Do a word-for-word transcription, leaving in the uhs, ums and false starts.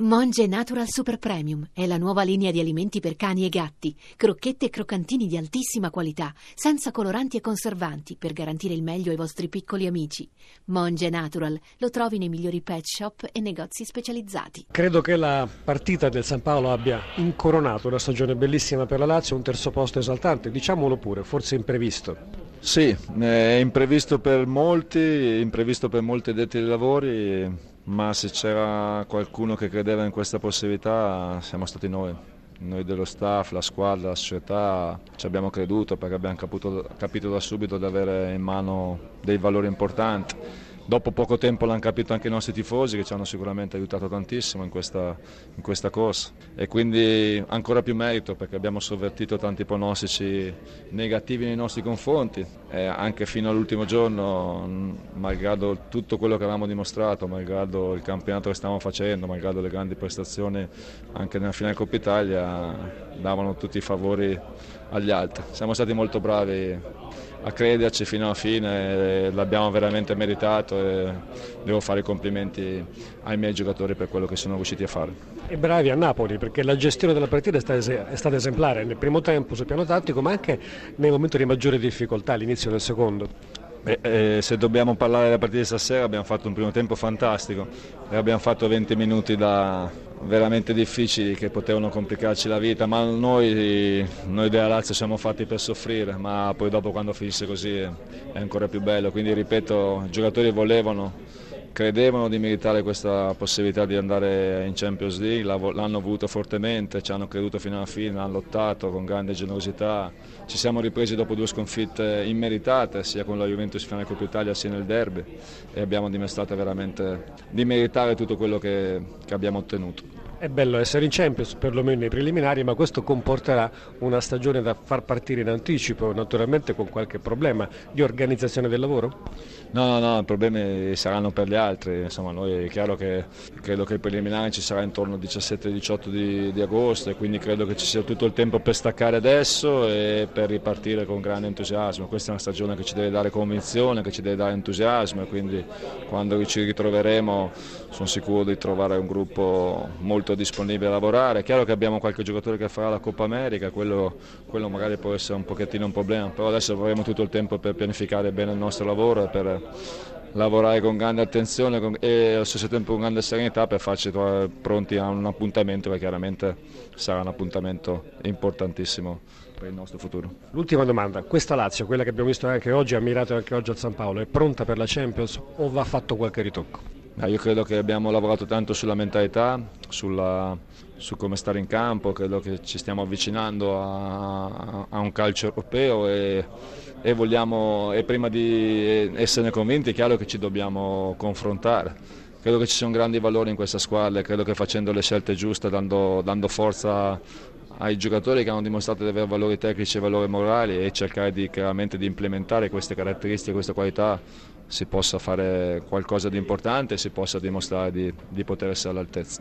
Monge Natural Super Premium è la nuova linea di alimenti per cani e gatti, crocchette e croccantini di altissima qualità, senza coloranti e conservanti, per garantire il meglio ai vostri piccoli amici. Monge Natural lo trovi nei migliori pet shop e negozi specializzati. Credo che la partita del San Paolo abbia incoronato una stagione bellissima per la Lazio, un terzo posto esaltante, diciamolo pure, forse imprevisto. Sì, è imprevisto per molti, imprevisto per molti addetti ai lavori, ma se c'era qualcuno che credeva in questa possibilità siamo stati noi. Noi dello staff, la squadra, la società ci abbiamo creduto perché abbiamo capito, capito da subito di avere in mano dei valori importanti. Dopo poco tempo l'hanno capito anche i nostri tifosi, che ci hanno sicuramente aiutato tantissimo in questa, in questa corsa, e quindi ancora più merito perché abbiamo sovvertito tanti pronostici negativi nei nostri confronti, e anche fino all'ultimo giorno, malgrado tutto quello che avevamo dimostrato, malgrado il campionato che stavamo facendo, malgrado le grandi prestazioni anche nella finale Coppa Italia, davano tutti i favori agli altri. Siamo stati molto bravi a crederci fino alla fine, e l'abbiamo veramente meritato, e devo fare i complimenti ai miei giocatori per quello che sono riusciti a fare. E bravi a Napoli, perché la gestione della partita è stata, è stata esemplare nel primo tempo sul piano tattico, ma anche nei momenti di maggiore difficoltà, all'inizio del secondo. Beh, eh, se dobbiamo parlare della partita di stasera, abbiamo fatto un primo tempo fantastico e abbiamo fatto venti minuti da veramente difficili che potevano complicarci la vita, ma noi, noi della Lazio siamo fatti per soffrire, ma poi dopo quando finisce così è ancora più bello. Quindi ripeto, i giocatori volevano, credevano di meritare questa possibilità di andare in Champions League, l'hanno voluto fortemente, ci hanno creduto fino alla fine, hanno lottato con grande generosità, ci siamo ripresi dopo due sconfitte immeritate, sia con la Juventus finale Coppa Italia sia nel derby, e abbiamo dimostrato veramente di meritare tutto quello che, che abbiamo ottenuto. È bello essere in Champions, perlomeno nei preliminari, ma questo comporterà una stagione da far partire in anticipo, naturalmente con qualche problema di organizzazione del lavoro? No, no, no, i problemi saranno per gli altri. Insomma, noi è chiaro che credo che il preliminare ci sarà intorno al diciassette diciotto di, di agosto, e quindi credo che ci sia tutto il tempo per staccare adesso e per ripartire con grande entusiasmo. Questa è una stagione che ci deve dare convinzione, che ci deve dare entusiasmo, e quindi quando ci ritroveremo sono sicuro di trovare un gruppo molto disponibile a lavorare. È chiaro che abbiamo qualche giocatore che farà la Coppa America, quello, quello magari può essere un pochettino un problema, però adesso avremo tutto il tempo per pianificare bene il nostro lavoro e per lavorare con grande attenzione e allo stesso tempo con grande serenità per farci trovare pronti a un appuntamento che chiaramente sarà un appuntamento importantissimo per il nostro futuro. L'ultima domanda: questa Lazio, quella che abbiamo visto anche oggi, ammirato anche oggi al San Paolo, è pronta per la Champions o va fatto qualche ritocco? Io credo che abbiamo lavorato tanto sulla mentalità, sulla, su come stare in campo, credo che ci stiamo avvicinando a, a un calcio europeo, e, e, vogliamo, e prima di esserne convinti è chiaro che ci dobbiamo confrontare. Credo che ci siano grandi valori in questa squadra, e credo che facendo le scelte giuste, dando, dando forza ai giocatori che hanno dimostrato di avere valori tecnici e valori morali, e cercare di, chiaramente di implementare queste caratteristiche, queste qualità, si possa fare qualcosa di importante e si possa dimostrare di, di poter essere all'altezza.